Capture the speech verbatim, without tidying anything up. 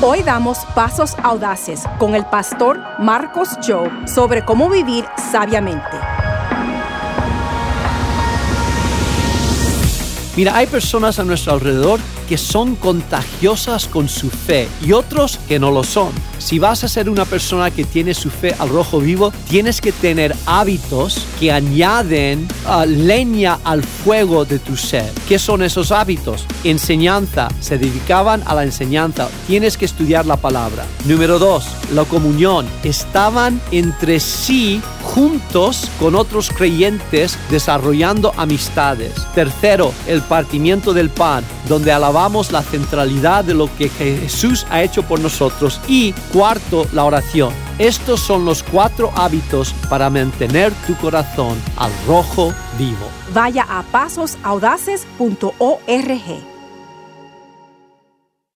Hoy damos pasos audaces con el pastor Marcos Joe sobre cómo vivir sabiamente. Mira, hay personas a nuestro alrededor que son contagiosas con su fe y otros que no lo son. Si vas a ser una persona que tiene su fe al rojo vivo, tienes que tener hábitos que añaden uh, leña al fuego de tu ser. ¿Qué son esos hábitos? Enseñanza. Se dedicaban a la enseñanza. Tienes que estudiar la palabra. Número dos, la comunión. Estaban entre sí juntos con otros creyentes desarrollando amistades. Tercero, el partimiento del pan, donde alabamos la centralidad de lo que Jesús ha hecho por nosotros. Y cuarto, la oración. Estos son los cuatro hábitos para mantener tu corazón al rojo vivo. Vaya a pasos audaces punto org.